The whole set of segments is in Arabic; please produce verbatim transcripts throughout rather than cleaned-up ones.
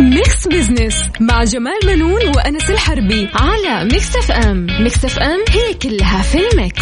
ميكس بزنس مع جمال منون وأنس الحربي على ميكس اف ام. ميكس اف ام هي كلها في الميكس.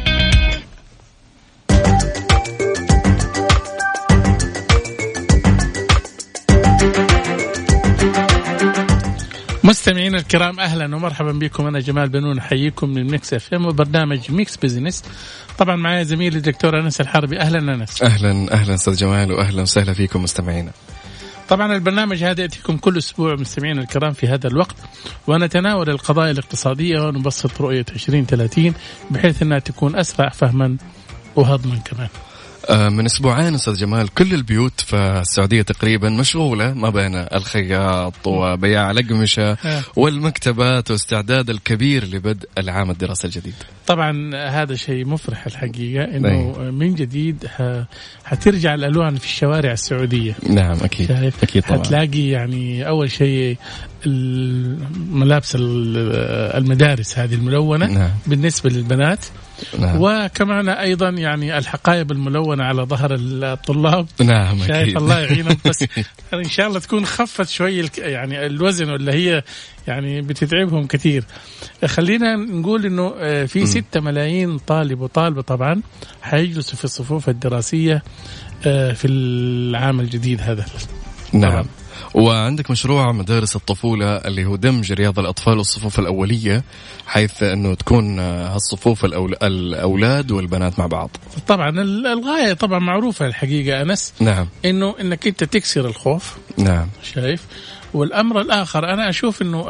مستمعين الكرام، أهلا ومرحبا بكم. أنا جمال بنون أحييكم من ميكس اف ام وبرنامج ميكس بزنس. طبعا معايا زميلي الدكتور أنس الحربي. أهلا أنس. أهلا أهلا أستاذ جمال، وأهلا وسهلا فيكم مستمعينا. طبعا البرنامج هذا يأتيكم كل أسبوع مستمعين الكرام في هذا الوقت، ونتناول القضايا الاقتصادية ونبسط رؤية عشرين ثلاثين بحيث أنها تكون أسرع فهما وهضما كمان. من أسبوعين أستاذ جمال كل البيوت في السعودية تقريبا مشغولة ما بين الخياط وبياع الأقمشة والمكتبات واستعداد الكبير لبدء العام الدراسي الجديد. طبعا هذا شيء مفرح الحقيقة، إنه من جديد هترجع الألوان في الشوارع السعودية. نعم أكيد أكيد طبعا. هتلاقي يعني أول شيء الملابس المدارس هذه الملونة. نعم. بالنسبة للبنات. نعم. وكمان أيضا يعني الحقائب الملونة على ظهر الطلاب. نعم شايف أكيد. الله يعينهم، بس إن شاء الله تكون خفت شوي يعني الوزن ولا هي يعني بتتعبهم كثير. خلينا نقول إنه في ستة ملايين طالب وطالبة طبعا حيجلسوا في الصفوف الدراسية في العام الجديد هذا. نعم طبعا. وعندك مشروع مدارس الطفولة اللي هو دمج رياض الأطفال والصفوف الأولية، حيث أنه تكون هالصفوف الأولاد والبنات مع بعض. طبعا الغاية طبعا معروفة الحقيقة أنس. نعم. إنه إنك أنت تكسر الخوف. نعم. شايف. والأمر الآخر أنا أشوف إنه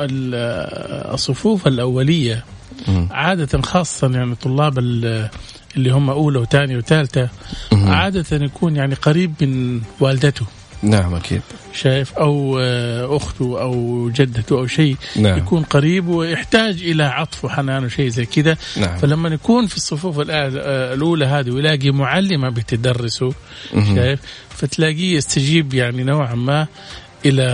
الصفوف الأولية م. عادة خاصة يعني طلاب اللي هم أولى وثانية وثالثة عادة يكون يعني قريب من والدته. نعم أكيد. شايف أو أخته أو جدته أو شيء. نعم. يكون قريب ويحتاج إلى عطف وحنان وشيء زي كده. نعم. فلما يكون في الصفوف الأولى هذه ويلاقي معلمة بتدرسه شايف فتلاقيه يستجيب يعني نوعا ما إلى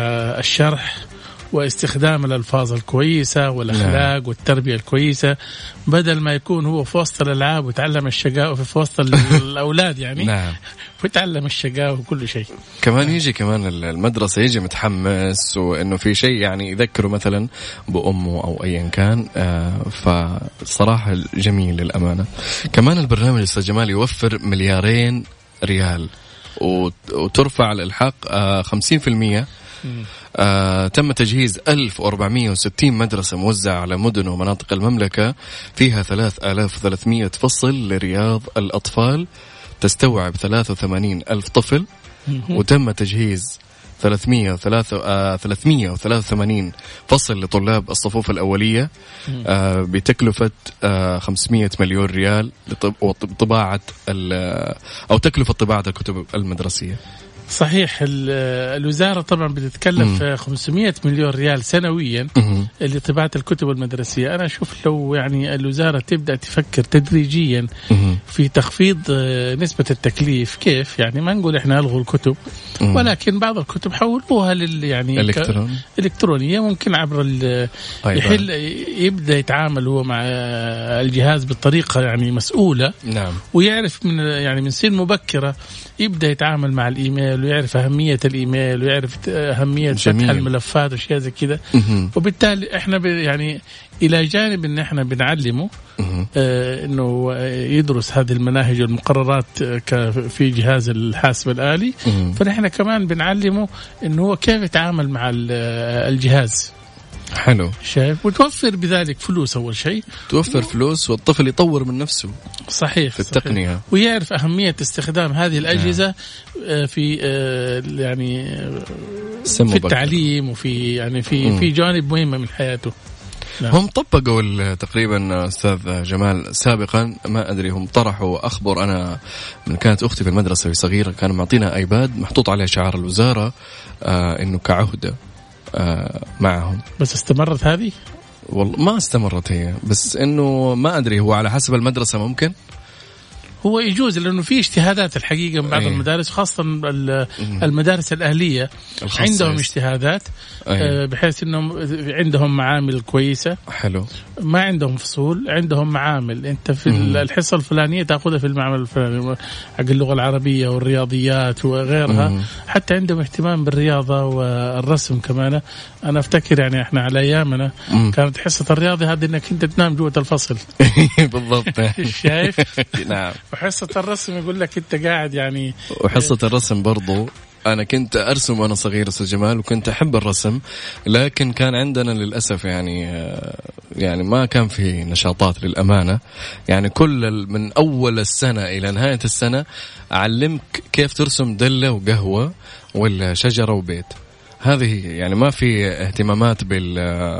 الشرح واستخدام الألفاظ الكويسة والأخلاق. نعم. والتربية الكويسة، بدل ما يكون هو في وسط الألعاب وتعلم الشقاء في وسط الأولاد يعني. نعم. وتعلم الشقاء وكل شيء. كمان يجي كمان المدرسة يجي متحمس وإنه في شيء يعني يذكره مثلا بأمه أو أيا كان. آه فصراحة جميل للأمانة. كمان البرنامج أستاذ جمال يوفر مليارين ريال وترفع الإلحاق آه خمسين في المية. آه تم تجهيز ألف وأربعمائة وستين مدرسة موزعة على مدن ومناطق المملكة، فيها ثلاثة آلاف وثلاثمائة فصل لرياض الأطفال تستوعب ثلاثة وثمانين ألف طفل. وتم تجهيز ثلاثمائة وثلاثة وثمانين فصل لطلاب الصفوف الأولية آه بتكلفة آه خمسمائة مليون ريال لطباعة أو تكلفة طباعة الكتب المدرسية. صحيح. الوزارة طبعا بتتكلف خمسمائة مليون ريال سنويا لطباعة الكتب المدرسية. أنا أشوف لو يعني الوزارة تبدأ تفكر تدريجيا في تخفيض نسبة التكليف. كيف يعني ما نقول إحنا ألغوا الكتب، ولكن بعض الكتب حولوها لل يعني الإلكترون. إلكترونية ممكن عبر يحل يبدأ يتعامل هو مع الجهاز بطريقة يعني مسؤولة. نعم. ويعرف من يعني من سن مبكرة يبدأ يتعامل مع الإيميل ويعرف أهمية الإيميل ويعرف أهمية فتح الملفات وأشياء زي كده. وبالتالي إحنا يعني إلى جانب إن إحنا بنعلمه آه إنه يدرس هذه المناهج والمقررات في جهاز الحاسب الآلي، فنحن كمان بنعلمه إنه هو كيف يتعامل مع الجهاز. حلو. شايف. وتوفر بذلك فلوس أول شيء. توفر فلوس والطفل يطور من نفسه. صحيح. في التقنية. صحيح. ويعرف أهمية استخدام هذه الأجهزة في يعني في التعليم وفي يعني في م. في جانب مهمة من حياته. نعم. هم طبقوا تقريبا أستاذ جمال سابقا، ما أدري هم طرحوا أخبر. أنا من كانت أختي في المدرسة وهي صغيرة كانوا معطينا آيباد محطوط عليه شعار الوزارة آه إنه كعهدة آه معهم. بس استمرت هذه؟ والله ما استمرت هي، بس إنه ما أدري هو على حسب المدرسة ممكن. هو يجوز لأنه في اجتهادات الحقيقة من بعض أيه. المدارس خاصة المدارس الأهلية عندهم اجتهادات أيه. بحيث أنهم عندهم معامل كويسة حلو ما عندهم فصول عندهم معامل أنت في مم. الحصة الفلانية تأخذها في المعمل الفلاني حق اللغة العربية والرياضيات وغيرها مم. حتى عندهم اهتمام بالرياضة والرسم كمان. أنا أفتكر يعني إحنا على أيامنا مم. كانت حصة الرياضة هذه إنك أنت تنام جوة الفصل بالضبط شايف نعم. وحصة الرسم يقول لك أنت قاعد يعني وحصة الرسم برضو أنا كنت أرسم وأنا صغير أستاذ جمال وكنت أحب الرسم لكن كان عندنا للأسف يعني يعني ما كان في نشاطات للأمانة يعني كل من أول السنة إلى نهاية السنة أعلمك كيف ترسم دلة وقهوة ولا شجرة وبيت. هذه يعني ما في اهتمامات بال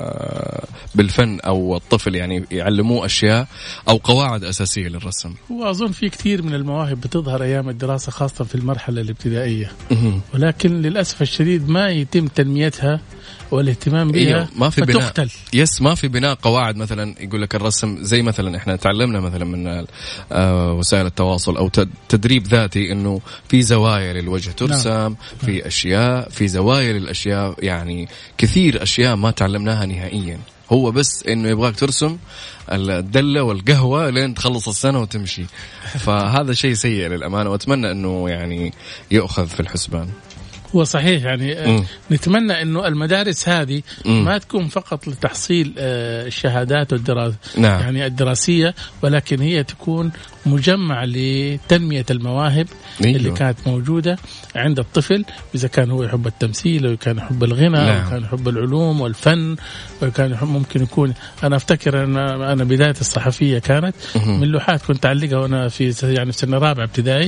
بالفن أو الطفل يعني يعلموه أشياء أو قواعد أساسية للرسم. وأظن في كثير من المواهب بتظهر أيام الدراسة خاصة في المرحلة الابتدائية ولكن للأسف الشديد ما يتم تنميتها والاهتمام بها ما في بناء يس ما في بناء قواعد. مثلا يقول لك الرسم زي مثلا احنا تعلمنا مثلا من وسائل التواصل او تدريب ذاتي انه في زوايا للوجه ترسم نعم. في اشياء في زوايا للاشياء يعني كثير اشياء ما تعلمناها نهائيا. هو بس انه يبغاك ترسم الدلة والقهوة لين تخلص السنة وتمشي. فهذا شيء سيء للأمانة وأتمنى انه يعني يؤخذ في الحسبان. هو صحيح يعني م. نتمنى أنه المدارس هذه م. ما تكون فقط لتحصيل الشهادات والدراسة نعم. يعني الدراسية ولكن هي تكون مجمع لتنمية المواهب أيوه. اللي كانت موجودة عند الطفل إذا كان هو يحب التمثيل أو كان يحب الغنى نعم. أو كان يحب العلوم والفن أو كان يحب ممكن يكون. أنا أفتكر أن أنا بداية الصحفية كانت م. من لوحات كنت أعلقها وأنا في يعني في سنة رابعة ابتدائي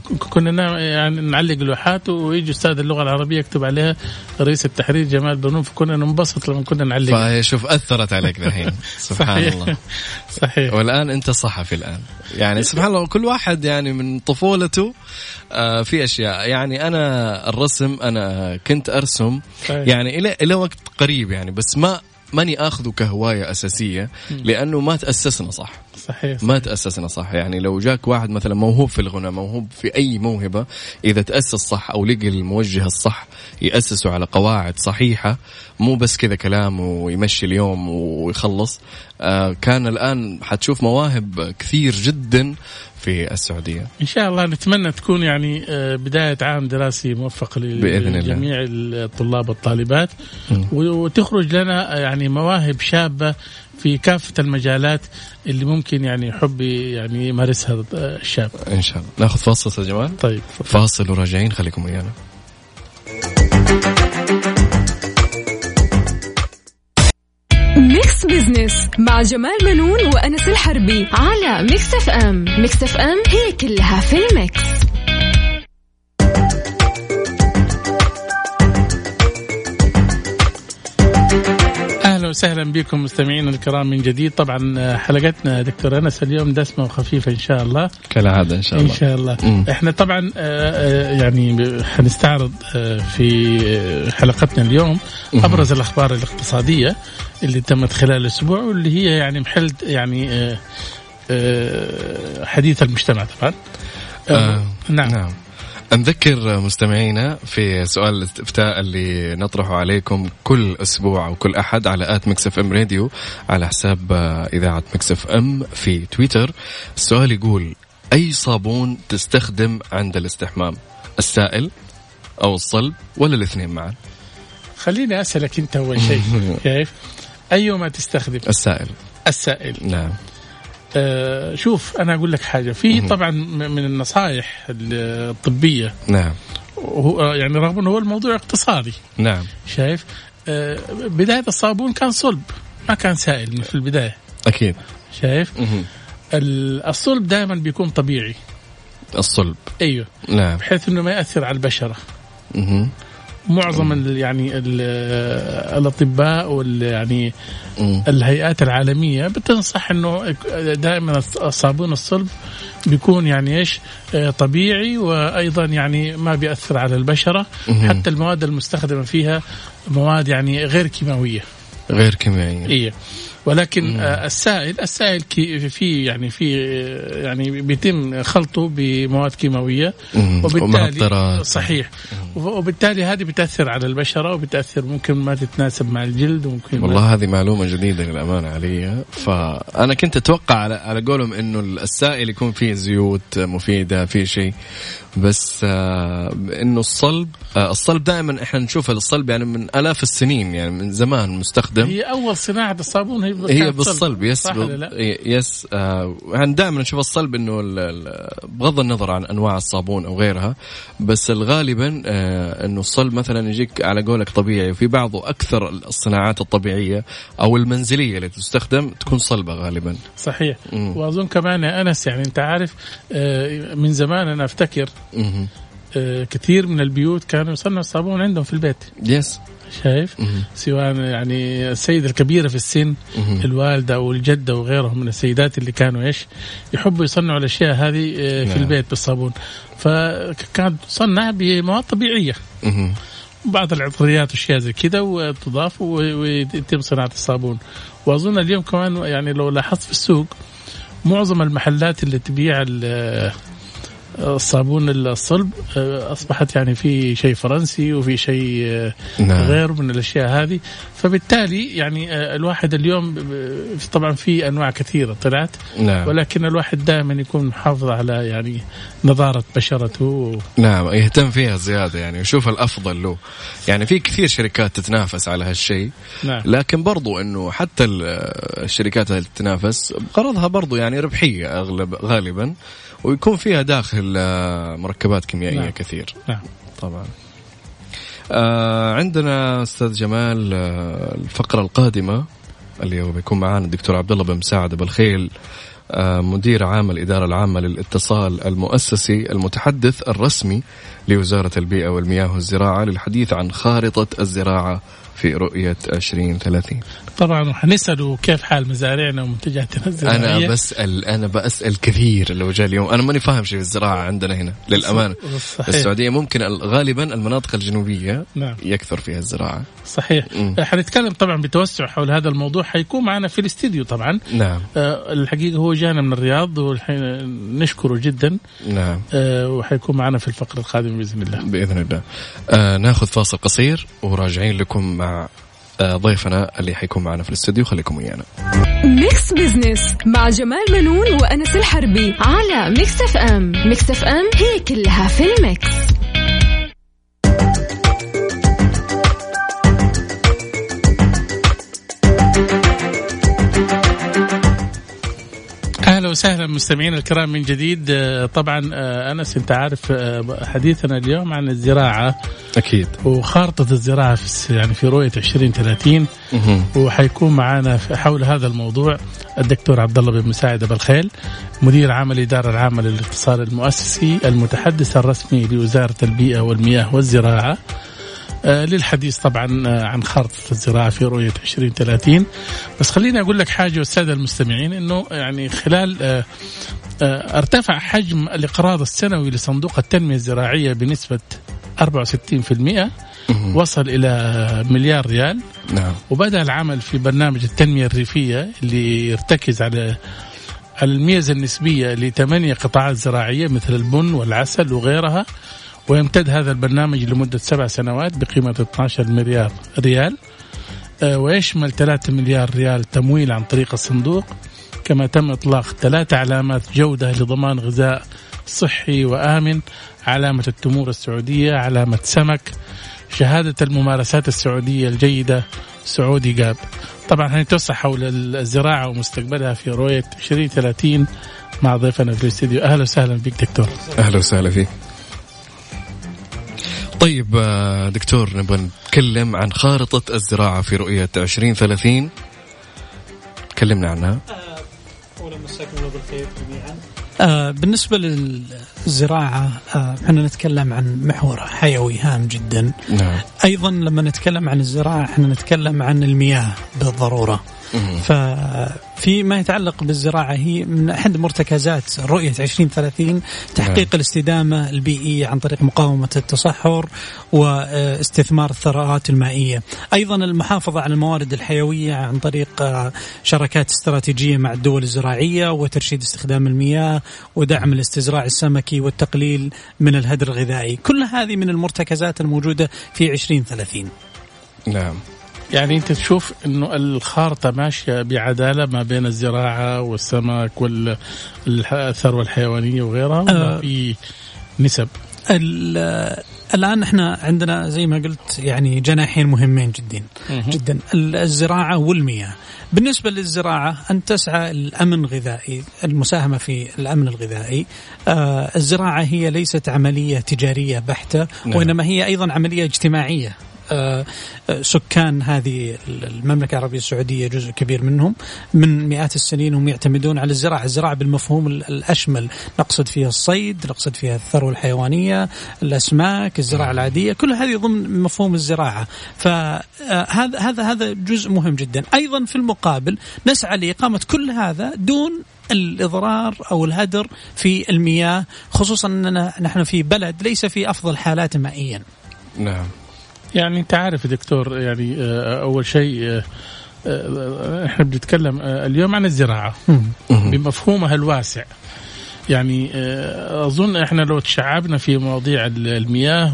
كنا يعني نعلق لوحات ويجي أستاذ اللغة العربية يكتب عليها رئيس التحرير جمال بنون فكنا ننبسط لما كنا نعلق. فشوف أثرت عليك الحين سبحان صحيح. الله صحيح. والآن أنت صحفي الآن يعني سبحان الله كل واحد يعني من طفولته آه في أشياء يعني أنا الرسم أنا كنت أرسم صحيح. يعني إلى إلى وقت قريب يعني بس ما ماني أخذه كهواية أساسية لأنه ما تأسسنا صح. صحيح. ما تأسسنا صح يعني لو جاك واحد مثلا موهوب في الغنى موهوب في أي موهبة إذا تأسس صح أو لقي الموجه الصح يأسسه على قواعد صحيحة مو بس كذا كلام ويمشي اليوم ويخلص. آه كان الآن حتشوف مواهب كثير جدا في السعودية. إن شاء الله نتمنى تكون يعني بداية عام دراسي موفق لجميع الطلاب والطالبات وتخرج لنا يعني مواهب شابة في كافة المجالات اللي ممكن يعني يحب يعني يمارسها الشاب. إن شاء الله. ناخذ فاصل يا جماعة. طيب فاصل وراجعين خليكم ويانا. ميكس بزنس مع جمال منون وأنس الحربي على ميكس اف ام. ميكس اف ام هي كلها في الميكس. أهلا وسهلا بكم مستمعينا الكرام من جديد. طبعا حلقتنا دكتور أنس اليوم دسمة وخفيفة إن شاء الله كالعادة إن شاء الله. إن شاء الله. م. إحنا طبعا يعني حنستعرض في حلقتنا اليوم أبرز الأخبار الاقتصادية اللي تمت خلال الأسبوع واللي هي يعني محل يعني حديث المجتمع طبعا. آه نعم. نعم. نذكر مستمعينا في سؤال الاستفتاء اللي نطرحه عليكم كل أسبوع أو كل أحد على آت ميكس اف ام راديو على حساب إذاعة ميكس اف ام في تويتر. السؤال يقول أي صابون تستخدم عند الاستحمام السائل أو الصلب ولا الاثنين معا؟ خليني أسألك أنت أول شيء كيف أيهما تستخدم؟ السائل. السائل نعم. آه شوف أنا أقول لك حاجة في طبعا من النصائح الطبية نعم وهو يعني رغم أنه هو الموضوع اقتصادي نعم شايف آه بداية الصابون كان صلب ما كان سائل في البداية أكيد شايف الصلب دائما بيكون طبيعي الصلب أيوه نعم بحيث أنه ما يأثر على البشرة. مه. معظم ال يعني ال الأطباء وال يعني م. الهيئات العالمية بتنصح إنه دائما الصابون الصلب بيكون يعني إيش طبيعي وأيضا يعني ما بيأثر على البشرة. م. حتى المواد المستخدمة فيها مواد يعني غير كيماوية غير كيميائية. إيه ولكن مم. السائل السائل في يعني في يعني بيتم خلطه بمواد كيماويه مم. وبالتالي صحيح مم. وبالتالي هذه بتأثر على البشرة وبتأثر ممكن ما تتناسب مع الجلد وممكن والله هذه معلومة جديدة للأمانة علي. فأنا كنت أتوقع على على قولهم إنه السائل يكون فيه زيوت مفيدة فيه شيء، بس آه إنه الصلب آه الصلب دائما إحنا نشوف الصلب يعني من آلاف السنين يعني من زمان مستخدم. هي أول صناعة الصابون هي, هي بالصلب يس يس آه يعني دائما نشوف الصلب إنه بغض النظر عن أنواع الصابون أو غيرها، بس غالبا آه إنه الصلب مثلا يجيك على قولك طبيعي، وفي بعضه أكثر الصناعات الطبيعية أو المنزلية اللي تستخدم تكون صلبة غالبا. صحيح. م. وأظن كمان يا أنس يعني أنت عارف آه من زمان أنا أفتكر آه كثير من البيوت كانوا يصنعوا الصابون عندهم في البيت. يس شايف مم. سواء يعني السيدة الكبيرة في السن مم. الوالدة أو الجدة وغيرهم من السيدات اللي كانوا إيش يحبوا يصنعوا الأشياء هذه آه في نعم. البيت بالصابون، فكانت تصنع بمواد طبيعية مم. بعض العطريات وشيء زي كده وتضاف ويتم صناعة الصابون. وأظن اليوم كمان يعني لو لاحظت في السوق معظم المحلات اللي تبيع الصابون الصلب أصبحت يعني في شيء فرنسي وفي شيء نعم. غير من الأشياء هذه، فبالتالي يعني الواحد اليوم طبعا في أنواع كثيرة طلعت نعم. ولكن الواحد دائما يكون محافظ على يعني نظارة بشرته نعم يهتم فيها زيادة يعني ويشوف الأفضل له. يعني في كثير شركات تتنافس على هالشيء نعم. لكن برضو أنه حتى الشركات اللي تتنافس غرضها برضو يعني ربحية أغلب غالبا، ويكون فيها داخل مركبات كيميائية نعم. كثير نعم. طبعا. آه عندنا أستاذ جمال آه الفقرة القادمة اللي هو بيكون معانا الدكتور عبد الله بن مساعد بالخيل آه مدير عام الإدارة العامة للاتصال المؤسسي المتحدث الرسمي لوزارة البيئة والمياه والزراعة للحديث عن خارطة الزراعة في رؤية عشرين ثلاثين. طبعا حنسأله كيف حال مزارعنا ومنتجاتنا الزراعية. أنا بسأل أنا بسأل كثير اللي وجاء اليوم، أنا ماني فاهم شيء في الزراعة عندنا هنا للأمانة. صحيح. السعودية ممكن غالبا المناطق الجنوبية نعم. يكثر فيها الزراعة. صحيح. حنتكلم طبعا بتوسع حول هذا الموضوع، حيكون معنا في الاستديو طبعا. نعم. آه الحقيقة هو جانا من الرياض ونشكره جدا. نعم. آه وحيكون معنا في الفقرة القادمة بإذن الله. بإذن الله. آه ناخذ فاصل قصير وراجعين لكم مع ضيفنا اللي حيكون معنا في الاستوديو. خليكم ويانا. ميكس بزنس مع جمال منون وأنس الحربي على ميكس اف ام. ميكس اف ام هي كلها في الميكس. أهلا وسهلا مستمعين الكرام من جديد. طبعا أنس أنت عارف حديثنا اليوم عن الزراعة أكيد وخارطة الزراعة في يعني في رؤية عشرين ثلاثين، وحيكون معنا حول هذا الموضوع الدكتور عبد الله بن مساعد بالخيل مدير عام الإدارة العامة للاتصال المؤسسي المتحدث الرسمي لوزارة البيئة والمياه والزراعة للحديث طبعا عن خارطة الزراعة في رؤية عشرين ثلاثين. بس خليني أقول لك حاجة والسادة المستمعين إنه يعني خلال ارتفع حجم الإقراض السنوي لصندوق التنمية الزراعية بنسبة أربعة وستين بالمئة وصل إلى مليار ريال. نعم. وبدأ العمل في برنامج التنمية الريفية اللي يرتكز على الميزة النسبية لثمانية قطاعات زراعية مثل البن والعسل وغيرها، ويمتد هذا البرنامج لمدة سبع سنوات بقيمة اثني عشر مليار ريال، ويشمل ثلاثة مليار ريال تمويل عن طريق الصندوق. كما تم إطلاق ثلاث علامات جودة لضمان غذاء صحي وآمن: علامة التمور السعودية، علامة سمك، شهادة الممارسات السعودية الجيدة سعودي جاب. طبعا هنتوسع حول الزراعة ومستقبلها في رؤية عشرين ثلاثين مع ضيفنا في الاستديو. أهلا وسهلا بك دكتور. أهلا وسهلا فيك. طيب دكتور، نبغى نتكلم عن خارطة الزراعة في رؤية عشرين ثلاثين. تكلمنا عنها. أولا مساكم الله بالخير جميعا. آه بالنسبة للزراعة آه احنا نتكلم عن محور حيوي هام جدا. نعم. أيضا لما نتكلم عن الزراعة احنا نتكلم عن المياه بالضرورة. ففي ما يتعلق بالزراعة هي من أحد مرتكزات رؤية عشرين ثلاثين تحقيق الاستدامة البيئية عن طريق مقاومة التصحر واستثمار الثروات المائية. أيضا المحافظة على الموارد الحيوية عن طريق شراكات استراتيجية مع الدول الزراعية وترشيد استخدام المياه ودعم الاستزراع السمكي والتقليل من الهدر الغذائي. كل هذه من المرتكزات الموجودة في عشرين ثلاثين. نعم. يعني أنت تشوف إنه الخارطة ماشية بعدالة ما بين الزراعة والسمك والثروة الحيوانية وغيرها، ولا أه في نسب؟ الآن احنا عندنا زي ما قلت يعني جناحين مهمين جدا جدا، الزراعة والمياه. بالنسبة للزراعة أن تسعى الأمن الغذائي، المساهمة في الأمن الغذائي. آه الزراعة هي ليست عملية تجارية بحتة، وإنما هي أيضا عملية اجتماعية. آه سكان هذه المملكة العربية السعودية جزء كبير منهم من مئات السنين هم يعتمدون على الزراعة، الزراعة بالمفهوم الأشمل، نقصد فيها الصيد، نقصد فيها الثروة الحيوانية، الأسماك، الزراعة العادية، كل هذه ضمن مفهوم الزراعة. فهذا هذا هذا جزء مهم جدا. أيضا في المقابل نسعى لإقامة كل هذا دون الإضرار أو الهدر في المياه، خصوصا أننا نحن في بلد ليس في أفضل حالات مائيا. نعم. يعني أنت عارف دكتور، يعني أول شيء احنا بنتكلم اليوم عن الزراعة بمفهومها الواسع. يعني أظن احنا لو تشعبنا في مواضيع المياه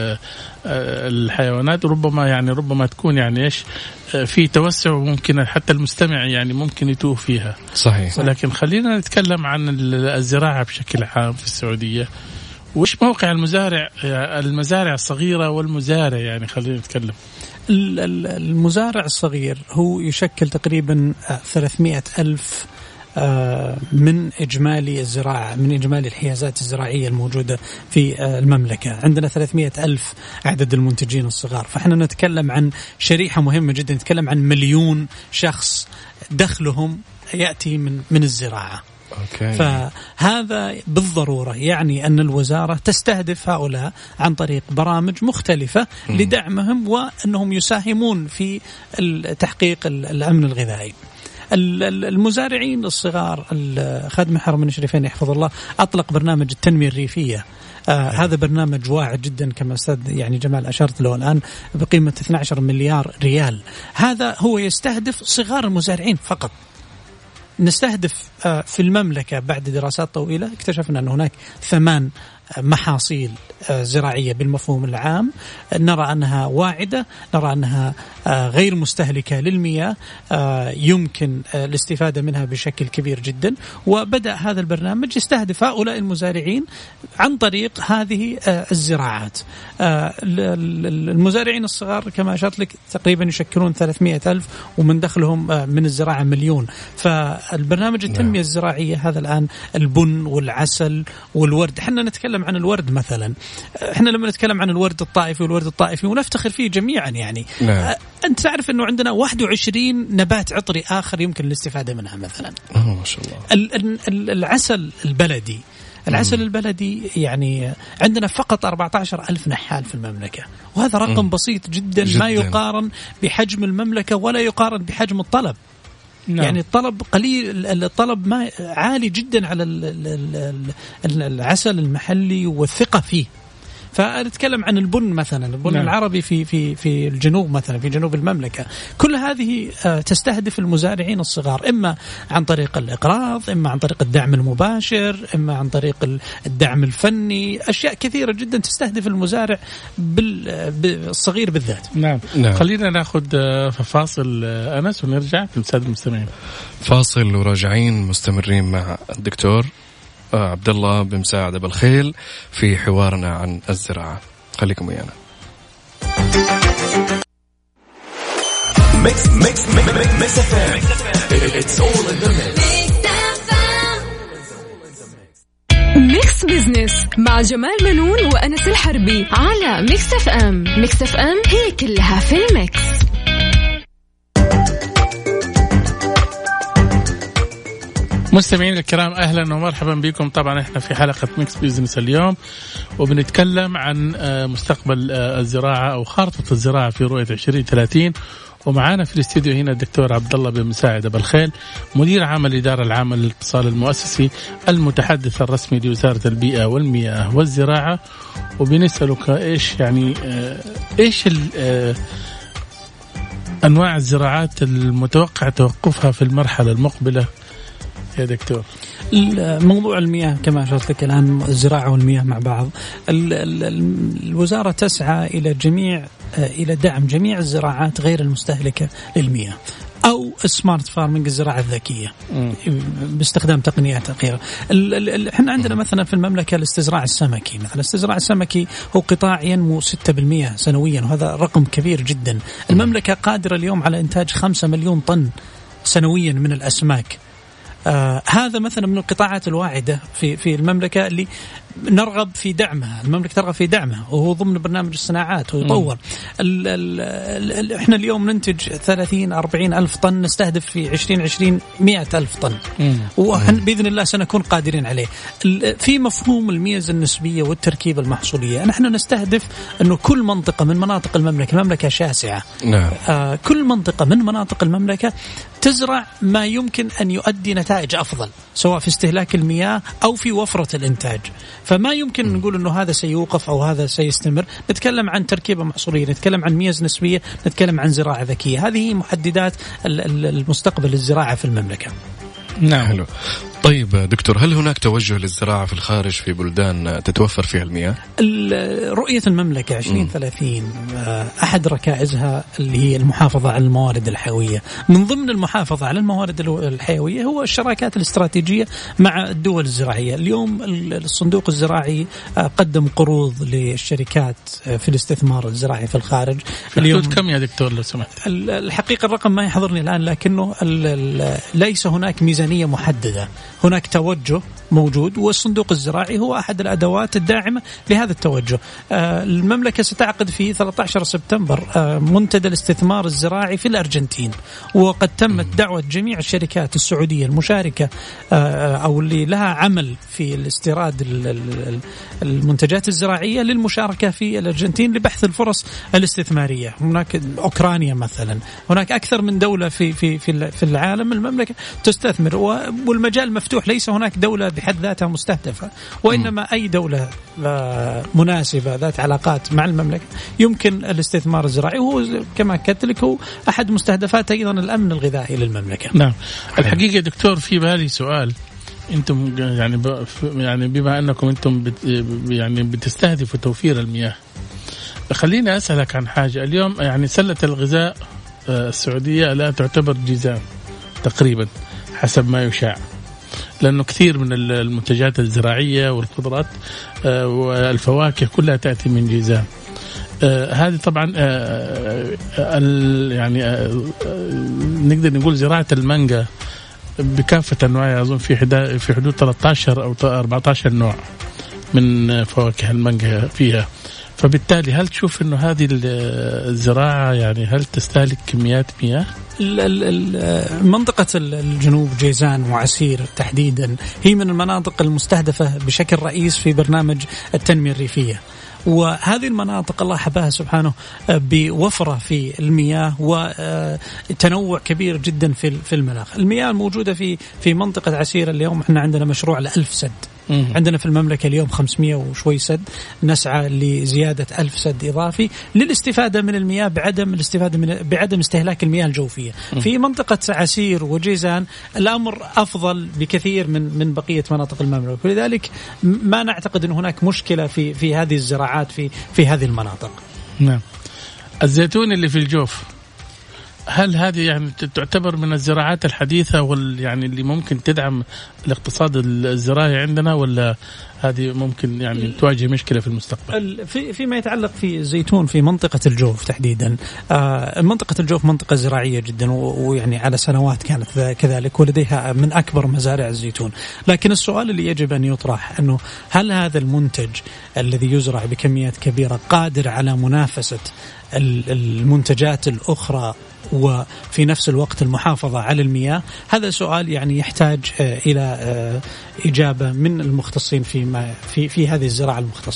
والحيوانات ربما يعني ربما تكون يعني ايش في توسع، وممكن حتى المستمع يعني ممكن يتوه فيها. صحيح. لكن خلينا نتكلم عن الزراعة بشكل عام في السعودية. وش موقع المزارع، المزارع الصغيرة والمزارع؟ يعني خلينا نتكلم. المزارع الصغير هو يشكل تقريبا ثلاثمائة ألف من إجمالي الزراعة، من إجمالي الحيازات الزراعية الموجودة في المملكة. عندنا ثلاثمائة ألف عدد المنتجين الصغار، فإحنا نتكلم عن شريحة مهمة جدا، نتكلم عن مليون شخص دخلهم يأتي من من الزراعة. أوكي. فهذا بالضرورة يعني أن الوزارة تستهدف هؤلاء عن طريق برامج مختلفة م. لدعمهم وأنهم يساهمون في تحقيق الأمن الغذائي. المزارعين الصغار، خادم الحرمين الشريفين يحفظ الله أطلق برنامج التنمية الريفية. آه هذا برنامج واعد جدا كما أستاذ يعني جمال أشرت له الآن بقيمة اثني عشر مليار ريال. هذا هو يستهدف صغار المزارعين فقط. نستهدف في المملكة بعد دراسات طويلة اكتشفنا أن هناك ثمان محاصيل زراعية بالمفهوم العام، نرى أنها واعدة، نرى أنها غير مستهلكة للمياه، يمكن الاستفادة منها بشكل كبير جدا. وبدأ هذا البرنامج يستهدف هؤلاء المزارعين عن طريق هذه الزراعات. المزارعين الصغار كما أشرت لك تقريبا يشكلون ثلاثمائة ألف ومن دخلهم من الزراعة مليون. فالبرنامج التنمية الزراعية هذا الآن البن والعسل والورد. حنا نتكلم عن الورد مثلا، احنا لما نتكلم عن الورد الطائفي والورد الطائفي ونفتخر فيه جميعا يعني. نعم. انت تعرف انه عندنا واحد وعشرين نبات عطري اخر يمكن الاستفادة منها مثلا. اه ما شاء الله. العسل البلدي، العسل البلدي يعني عندنا فقط أربعة عشر ألف نحال في المملكة، وهذا رقم مم. بسيط جدا, جدا ما يقارن بحجم المملكة ولا يقارن بحجم الطلب. نعم. يعني الطلب قليل، الطلب ما عالي جدا على العسل المحلي والثقة فيه. فنتكلم عن البن مثلا، البن نعم. العربي في في في الجنوب مثلا، في جنوب المملكة. كل هذه تستهدف المزارعين الصغار، إما عن طريق الإقراض، إما عن طريق الدعم المباشر، إما عن طريق الدعم الفني. أشياء كثيرة جدا تستهدف المزارع بالصغير بالذات. نعم. نعم. خلينا نأخذ فاصل أنس ونرجع في السادة المستمعين. فاصل وراجعين مستمرين مع الدكتور عبد الله بن مساعد بالخيل في حوارنا عن الزراعة. خليكم ويانا. ميكس ميكس ميكس اف ام. It's all in the mix. ميكس بزنس مع جمال منون وأنس الحربي على ميكس اف ام. ميكس اف ام هي كلها في الميكس. مستمعين الكرام أهلا ومرحبا بكم. طبعا احنا في حلقة ميكس بيزنس اليوم وبنتكلم عن مستقبل الزراعة أو خارطة الزراعة في رؤية عشرين ثلاثين، ومعانا في الاستديو هنا الدكتور عبد الله بن مساعد أبو الخيل، مدير عام الإدارة العامة للاتصال المؤسسي المتحدث الرسمي لوزارة البيئة والمياه والزراعة. وبنسألك إيش يعني إيش أنواع الزراعات المتوقع توقفها في المرحلة المقبلة يا دكتور؟ موضوع المياه كما أشرت لك الآن، الزراعة والمياه مع بعض. ال ال الوزارة تسعى إلى جميع إلى دعم جميع الزراعات غير المستهلكة للمياه، أو سمارت فارمينج، الزراعة الذكية باستخدام تقنيات أخيرة. احنا عندنا مثلا في المملكة الاستزراع السمكي، مثلا الاستزراع السمكي هو قطاع ينمو ستة بالمئة سنويا، وهذا رقم كبير جدا. المملكة قادرة اليوم على إنتاج خمسة مليون طن سنويا من الأسماك. آه هذا مثلا من القطاعات الواعدة في في المملكة اللي نرغب في دعمها، المملكة ترغب في دعمها، وهو ضمن برنامج الصناعات ويطور. ال ال ال احنا اليوم ننتج ثلاثين أربعين ألف طن، نستهدف في عشرين عشرين مئة ألف طن، وبإذن الله سنكون قادرين عليه. في مفهوم الميزة النسبية والتركيبة المحصولية، نحن نستهدف أنه كل منطقة من مناطق المملكة، المملكة شاسعة، نعم. آه كل منطقة من مناطق المملكة تزرع ما يمكن أن يؤدي نتائج أفضل، سواء في استهلاك المياه أو في وفرة الإنتاج. فما يمكن نقول أنه هذا سيوقف أو هذا سيستمر. نتكلم عن تركيبة محصولية، نتكلم عن ميزة نسبية، نتكلم عن زراعة ذكية. هذه محددات المستقبل الزراعة في المملكة. نعم. حلو. طيب دكتور، هل هناك توجه للزراعة في الخارج في بلدان تتوفر فيها المياه؟ رؤية المملكة عشرين ثلاثين أحد ركائزها اللي هي المحافظة على الموارد الحيوية. من ضمن المحافظة على الموارد الحيوية هو الشراكات الاستراتيجية مع الدول الزراعية. اليوم الصندوق الزراعي قدم قروض للشركات في الاستثمار الزراعي في الخارج. اليوم كم يا دكتور لو سمحت؟ الحقيقة الرقم ما يحضرني الآن، لكنه ليس هناك ميزانية محددة، هناك توجه موجود، والصندوق الزراعي هو أحد الأدوات الداعمة لهذا التوجه. المملكة ستعقد في ثلاثة عشر سبتمبر منتدى الاستثمار الزراعي في الأرجنتين، وقد تمت دعوة جميع الشركات السعودية المشاركة أو اللي لها عمل في الاستيراد المنتجات الزراعية للمشاركة في الأرجنتين لبحث الفرص الاستثمارية. هناك أوكرانيا مثلا، هناك أكثر من دولة في في في في العالم المملكة تستثمر، والمجال مفتوح، ليس هناك دولة بحد ذاتها مستهدفة، وإنما أي دولة مناسبة ذات علاقات مع المملكة يمكن الاستثمار الزراعي، وهو كما قلت لك هو أحد مستهدفات أيضا الأمن الغذائي للمملكة. نعم. الحقيقة دكتور في بالي سؤال، أنتم يعني يعني بما أنكم أنتم بت يعني بتستهدفوا توفير المياه، خليني أسألك عن حاجة. اليوم يعني سلة الغذاء السعودية لا تعتبر جيزان تقريبا حسب ما يشاع، لأنه كثير من المنتجات الزراعية والخضروات والفواكه كلها تأتي من جيزان. هذه طبعا يعني نقدر نقول زراعة المانجا بكافة أنواعها، أظن في في حدود ثلاثة عشر أو أربعة عشر نوع من فواكه المانجا فيها. فبالتالي هل تشوف إنه هذه الزراعة يعني هل تستهلك كميات مياه؟ منطقة الجنوب جيزان وعسير تحديدا هي من المناطق المستهدفة بشكل رئيس في برنامج التنمية الريفية، وهذه المناطق الله حباها سبحانه بوفرة في المياه وتنوع كبير جدا في في المناخ. المياه الموجودة في في منطقة عسير اليوم احنا عندنا مشروع لألف سد، عندنا في المملكة اليوم خمسمائة وشوي سد، نسعى لزيادة ألف سد إضافي للاستفادة من المياه بعدم الاستفادة من بعدم استهلاك المياه الجوفية. في منطقة عسير وجيزان الأمر أفضل بكثير من من بقية مناطق المملكة، ولذلك ما نعتقد أن هناك مشكلة في في هذه الزراعات في في هذه المناطق. نعم. الزيتون اللي في الجوف، هل هذه يعني تعتبر من الزراعات الحديثة وال يعني اللي ممكن تدعم الاقتصاد الزراعي عندنا، ولا هذه ممكن يعني تواجه مشكلة في المستقبل؟ في فيما يتعلق في الزيتون في منطقة الجوف تحديدا، آه منطقة الجوف منطقة زراعية جدا، ويعني على سنوات كانت كذلك، ولديها من أكبر مزارع الزيتون. لكن السؤال اللي يجب أن يطرح أنه هل هذا المنتج الذي يزرع بكميات كبيرة قادر على منافسة المنتجات الأخرى وفي نفس الوقت المحافظة على المياه؟ هذا سؤال يعني يحتاج إلى إجابة من المختصين في ما في في هذه الزراعة المختصة.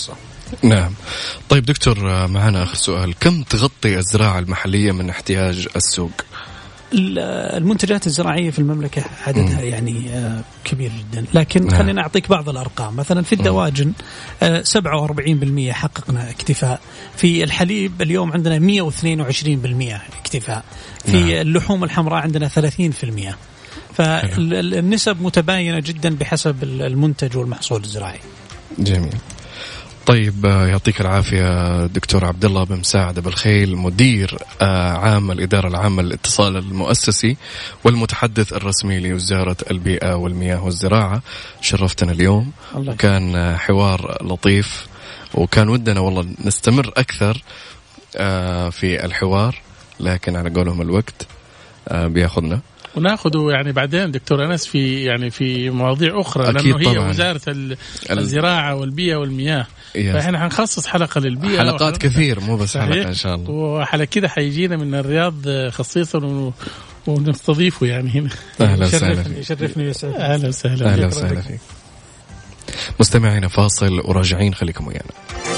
نعم. طيب دكتور، معنا آخر سؤال، كم تغطي الزراعة المحلية من احتياج السوق؟ المنتجات الزراعية في المملكة عددها يعني كبير جدا، لكن نعم. خلينا أعطيك بعض الأرقام. مثلا في الدواجن سبعة وأربعين بالمئة حققنا اكتفاء، في الحليب اليوم عندنا مئة واثنين وعشرين بالمئة اكتفاء، في نعم. اللحوم الحمراء عندنا ثلاثين بالمئة. فالنسب متباينة جدا بحسب المنتج والمحصول الزراعي. جميل. طيب يعطيك العافية دكتور عبد الله بن مساعد بالخيل، مدير عام الإدارة العامة للاتصال المؤسسي والمتحدث الرسمي لوزارة البيئة والمياه والزراعة. شرفتنا اليوم، وكان حوار لطيف، وكان ودنا والله نستمر أكثر في الحوار، لكن على قولهم الوقت بياخذنا، وناخذه يعني بعدين دكتور أنس في يعني في مواضيع أخرى، لأنه هي طبعاً. وزارة الزراعة والبيئة والمياه، فإحنا هنخصص حلقة للبيئة، حلقات كثير مو بس حلقة إن شاء الله، وحلقة كده حيجينا من الرياض خصيصا ونستضيفه يعني هنا. أهلا وسهلا، يشرفني ويسعدني. أهلا وسهلا، أهلا وسهلا فيك. مستمعينا فاصل وراجعين، خليكم ويانا.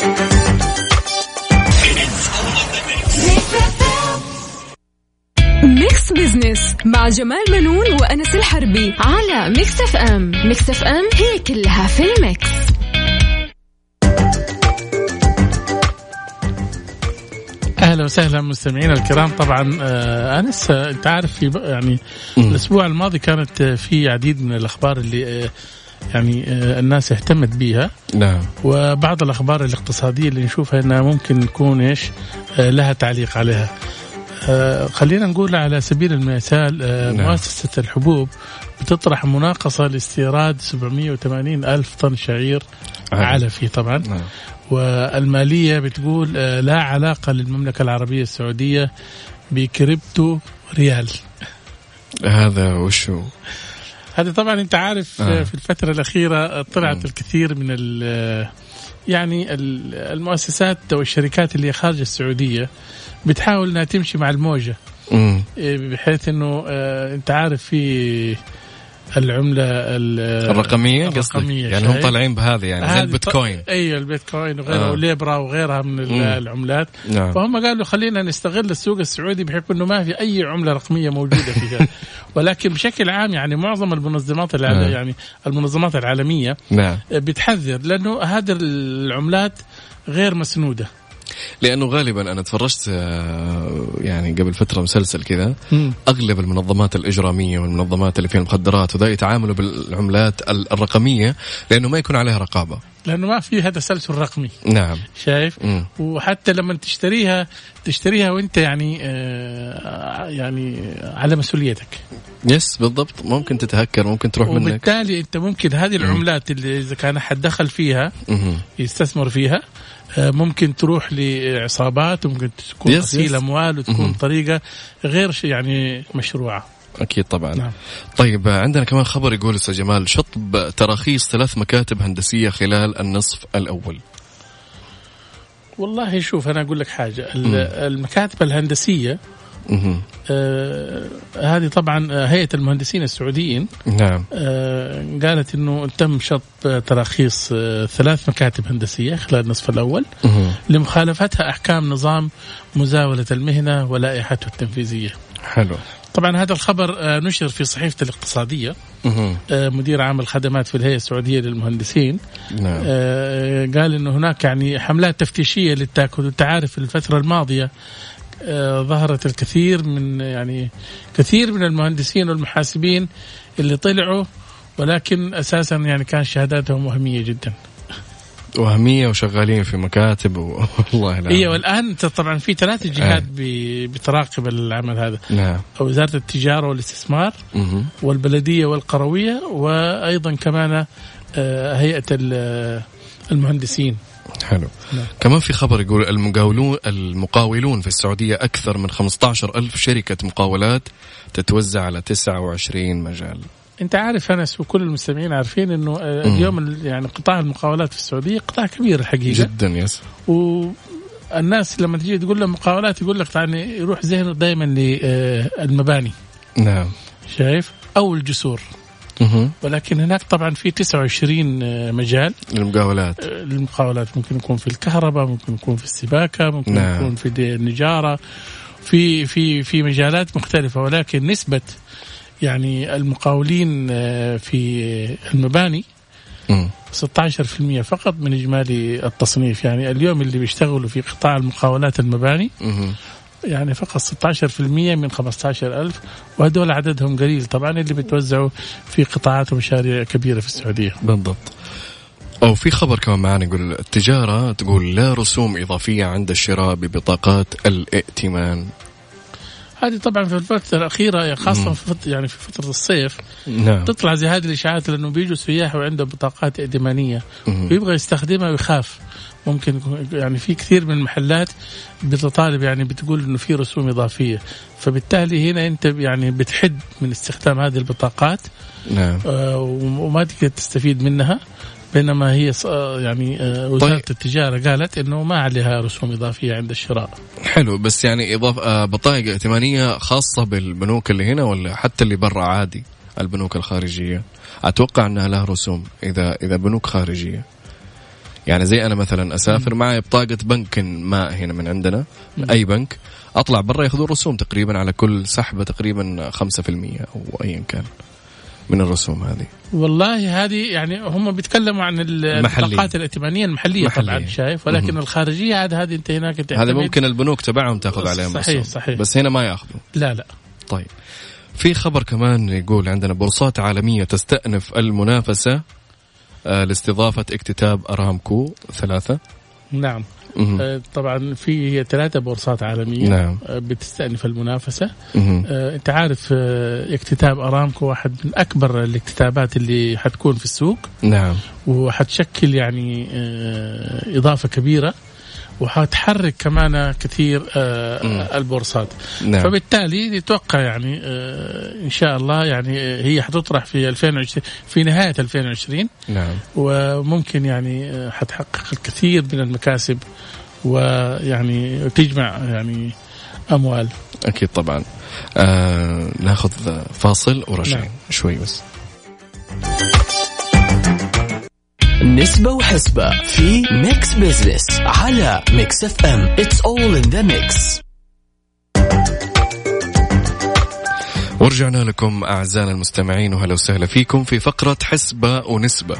ميكس بزنس مع جمال منون وأنس الحربي على ميكس اف ام. ميكس اف ام هي كلها في الميكس. أهلا وسهلا مستمعينا الكرام. طبعا آه أنس، آه أنت عارف في يعني م. الأسبوع الماضي كانت آه في عديد من الأخبار اللي آه يعني آه الناس اهتمت بيها. نعم. وبعض الأخبار الاقتصادية اللي نشوفها أنها ممكن نكون إيش آه لها تعليق عليها. آه خلينا نقول على سبيل المثال، آه نعم. مؤسسة الحبوب بتطرح مناقصة لاستيراد سبعمئة وثمانين ألف طن شعير علفي طبعا. نعم. والمالية بتقول آه لا علاقة للمملكة العربية السعودية بكريبتو ريال. هذا وشو؟ هذا طبعا انت عارف آه. في الفترة الأخيرة طلعت م. الكثير من يعني المؤسسات والشركات اللي خارج السعودية بتحاول انها تمشي مع الموجة، م. بحيث انه آه انت عارف في العملة الرقمية, الرقمية يعني هم طالعين بهذه يعني زي البيتكوين. اي البيتكوين وغيره، آه. وليبرا وغيرها من م. العملات. نعم. فهم قالوا خلينا نستغل السوق السعودي بحيث انه ما في اي عملة رقمية موجودة فيها. ولكن بشكل عام يعني معظم المنظمات العالمية يعني المنظمات العالمية نعم. بتحذر، لانه هذه العملات غير مسنودة. لأنه غالبا أنا تفرجت يعني قبل فترة مسلسل كذا، أغلب المنظمات الإجرامية والمنظمات اللي فيها المخدرات وذا يتعاملوا بالعملات الرقمية لأنه ما يكون عليها رقابة، لأنه ما فيها تسلسل رقمي. نعم. شايف؟ مم. وحتى لما تشتريها تشتريها وانت يعني آه يعني على مسؤوليتك. يس بالضبط، ممكن تتهكر، ممكن تروح منك، وبالتالي انت ممكن هذه العملات اللي إذا كان حد دخل فيها مم. يستثمر فيها، ممكن تروح لعصابات، وممكن تكون غسيل أموال، وتكون مم. طريقة غير يعني مشروعة. أكيد طبعا. نعم. طيب عندنا كمان خبر يقول أستاذ جمال شطب تراخيص ثلاث مكاتب هندسية خلال النصف الأول. والله شوف أنا أقول لك حاجة، المكاتب الهندسية آه هذه طبعا هيئة المهندسين السعوديين نعم آه قالت إنه تم شطب تراخيص آه ثلاث مكاتب هندسية خلال النصف الأول مه. لمخالفتها أحكام نظام مزاولة المهنة ولائحته التنفيذية. حلو. طبعا هذا الخبر آه نشر في صحيفة الاقتصادية. آه مدير عام الخدمات في الهيئة السعودية للمهندسين نعم. آه قال إنه هناك يعني حملات تفتيشية للتأكد. أنت عارف الفترة الماضية آه ظهرت الكثير من يعني كثير من المهندسين والمحاسبين اللي طلعوا، ولكن أساسا يعني كان شهاداتهم وهمية جدا، وهمية وشغالين في مكاتب و... والله لا. إيه. والآن طبعا في ثلاث جهات آه. بتراقب العمل هذا نعم. وزارة التجارة والاستثمار مه. والبلدية والقروية، وأيضا كمان آه هيئة المهندسين. حلو. نعم. كمان في خبر يقول المقاولون المقاولون في السعودية أكثر من خمسة عشر ألف شركة مقاولات تتوزع على تسعة وعشرين مجال. أنت عارف أنس وكل المستمعين عارفين إنه اليوم يعني قطاع المقاولات في السعودية قطاع كبير الحقيقة جدا. يس. والناس لما تيجي تقول لهم مقاولات يقول لك يعني يروح ذهنه دائما للمباني. نعم. شايف؟ أو الجسور. ولكن هناك طبعا في تسعة وعشرين مجال للمقاولات. المقاولات ممكن يكون في الكهرباء، ممكن يكون في السباكة، ممكن نعم. يكون في النجارة، في في في مجالات مختلفة. ولكن نسبة يعني المقاولين في المباني ستة عشر بالمئة فقط من إجمالي التصنيف. يعني اليوم اللي بيشتغلوا في قطاع المقاولات المباني يعني فقط ستة عشر بالمئة من خمسة عشر ألف، وهدول عددهم قليل طبعا اللي بتوزعوا في قطاعات ومشاريع كبيرة في السعودية. بالضبط. أو في خبر كمان معنا يقول التجارة تقول لا رسوم إضافية عند الشراء ببطاقات الائتمان. هذه طبعا في الفترة الأخيرة خاصة في فترة يعني في فترة الصيف نعم. تطلع زي هذه الإشاعات لأنه بيجوا سياح وعندهم بطاقات ائتمانية ويبغى يستخدمها ويخاف. ممكن يعني في كثير من المحلات بتطالب يعني بتقول إنه في رسوم إضافية، فبالتالي هنا أنت يعني بتحد من استخدام هذه البطاقات. نعم. آه وما تقدر تستفيد منها، بينما هي يعني وزارة طيب. التجارة قالت إنه ما عليها رسوم إضافية عند الشراء. حلو، بس يعني إضافة بطاقة ائتمانية خاصة بالبنوك اللي هنا ولا حتى اللي برا عادي البنوك الخارجية؟ أتوقع أنها لها رسوم إذا إذا بنوك خارجية. يعني زي أنا مثلا أسافر معي بطاقة بنك ما هنا من عندنا م. أي بنك، أطلع برا يأخذون رسوم تقريبا على كل سحبة تقريبا خمسة في المية أو أيا كان من الرسوم هذه. والله هذه يعني هم بيتكلموا عن البطاقات الائتمانية المحلية محلية. طبعا شايف، ولكن م- الخارجية عاد هذه انت هناك هذا ممكن البنوك تبعهم تأخذ عليهم صحيح رسوم. صحيح. بس هنا ما يأخذوا. لا لا. طيب في خبر كمان يقول عندنا بورصات عالمية تستأنف المنافسة آه لاستضافة اكتتاب أرامكو ثلاثة. نعم. آه طبعا في هي ثلاثة بورصات عالمية. نعم. آه بتستأنف المنافسة. آه انت عارف آه اكتتاب أرامكو واحد من أكبر الاكتتابات اللي حتكون في السوق. نعم. وحتشكل يعني آه إضافة كبيرة وحتحرك كمان كثير آه البورصات. نعم. فبالتالي نتوقع يعني آه إن شاء الله يعني هي حتطرح في ألفين وعشرين في نهاية ألفين وعشرين. نعم. وممكن يعني آه حتحقق الكثير من المكاسب ويعني تجمع يعني أموال. أكيد طبعا. آه ناخذ فاصل ورجع. نعم. شوي بس. نسبة وحسبة في ميكس بيزنس على ميكس اف ام. It's all in the mix. ورجعنا لكم أعزائنا المستمعين وهلا وسهلا فيكم في فقرة حسبة ونسبة.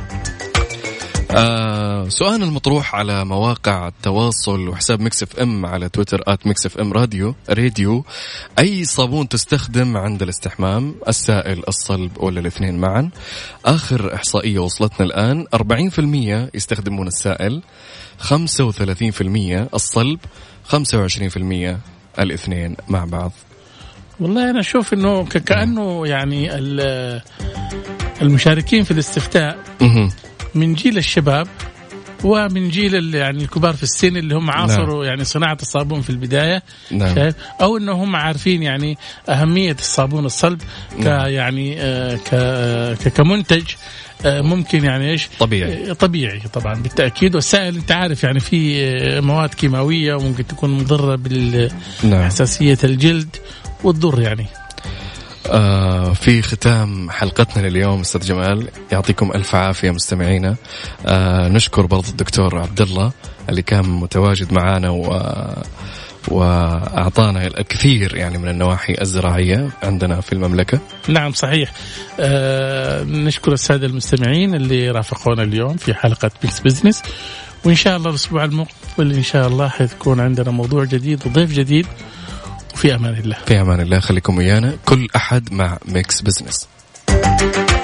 آه سؤال المطروح على مواقع التواصل وحساب ميكس اف ام على تويتر آت ميكس اف ام راديو راديو أي صابون تستخدم عند الاستحمام، السائل الصلب ولا الاثنين معا؟ آخر إحصائية وصلتنا الآن أربعين بالمئة يستخدمون السائل، خمسة وثلاثين بالمئة الصلب، خمسة وعشرين بالمئة الاثنين مع بعض. والله أنا أشوف إنه كأنه يعني المشاركين في الاستفتاء من جيل الشباب ومن جيل يعني الكبار في السن اللي هم عاصروا نعم. يعني صناعة الصابون في البداية. نعم. شايف أو إنه هم عارفين يعني أهمية الصابون الصلب ك نعم. يعني آه ك كمنتج آه ممكن يعني إيش طبيعي طبيعي طبعا بالتأكيد. والسائل أنت عارف يعني في مواد كيماوية وممكن تكون مضرة بالحساسية نعم. الجلد والضر يعني. آه في ختام حلقتنا لليوم أستاذ جمال يعطيكم ألف عافية مستمعينا. آه نشكر برضو الدكتور عبد الله اللي كان متواجد معنا و وأعطانا الكثير يعني من النواحي الزراعية عندنا في المملكة. نعم صحيح. آه نشكر السادة المستمعين اللي رافقونا اليوم في حلقة ميكس بيزنس، وإن شاء الله الأسبوع المقبل إن شاء الله حيكون عندنا موضوع جديد وضيف جديد. في أمان الله. في أمان الله. خليكم ويانا كل أحد مع ميكس بزنس.